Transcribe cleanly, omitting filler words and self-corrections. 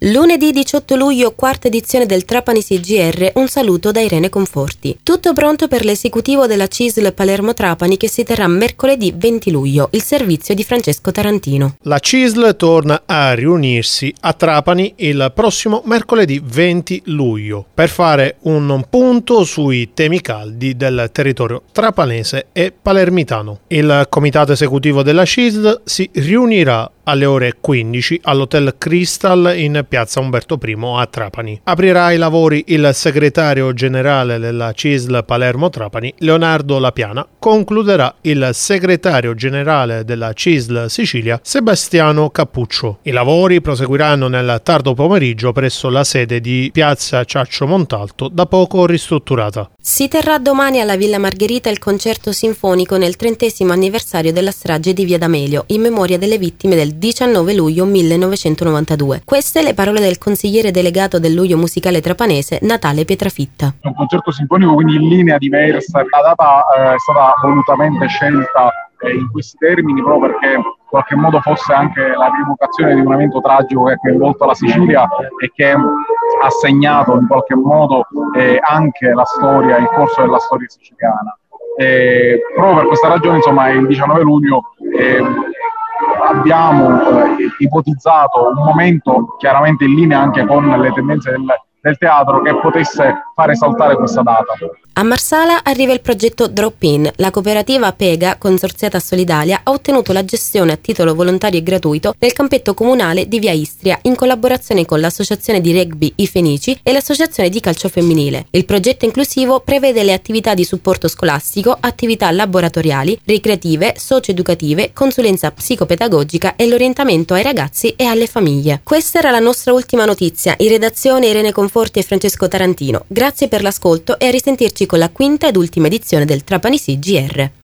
Lunedì 18 luglio, quarta edizione del Trapani CGR, un saluto da Irene Conforti. Tutto pronto per l'esecutivo della CISL Palermo-Trapani che si terrà mercoledì 20 luglio, il servizio di Francesco Tarantino. La CISL torna a riunirsi a Trapani il prossimo mercoledì 20 luglio per fare un punto sui temi caldi del territorio trapanese e palermitano. Il comitato esecutivo della CISL si riunirà alle ore 15 all'Hotel Crystal in piazza Umberto I a Trapani. Aprirà i lavori il segretario generale della CISL Palermo-Trapani, Leonardo Lapiana. Concluderà il segretario generale della CISL Sicilia, Sebastiano Cappuccio. I lavori proseguiranno nel tardo pomeriggio presso la sede di piazza Ciaccio Montalto, da poco ristrutturata. Si terrà domani alla Villa Margherita il concerto sinfonico nel 30° anniversario della strage di Via D'Amelio, in memoria delle vittime del 19 luglio 1992. Queste le parole del consigliere delegato del Luglio Musicale Trapanese, Natale Pietrafitta. È un concerto sinfonico, quindi in linea diversa. La data è stata volutamente scelta in questi termini proprio perché in qualche modo fosse anche la rievocazione di un evento tragico che ha coinvolto la Sicilia e che ha segnato in qualche modo anche la storia, il corso della storia siciliana. Proprio per questa ragione, insomma, il 19 luglio abbiamo ipotizzato un momento chiaramente in linea anche con le tendenze del teatro che potesse fare saltare questa data. A Marsala arriva il progetto Drop In. La cooperativa Pega, consorziata a Solidalia, ha ottenuto la gestione a titolo volontario e gratuito del campetto comunale di Via Istria in collaborazione con l'associazione di rugby I Fenici e l'associazione di calcio femminile. Il progetto inclusivo prevede le attività di supporto scolastico, attività laboratoriali, ricreative, socio-educative, consulenza psicopedagogica e l'orientamento ai ragazzi e alle famiglie. Questa era la nostra ultima notizia. In redazione Irene Conforti e Francesco Tarantino. Grazie per l'ascolto e a risentirci con la quinta ed ultima edizione del Trapani CGR.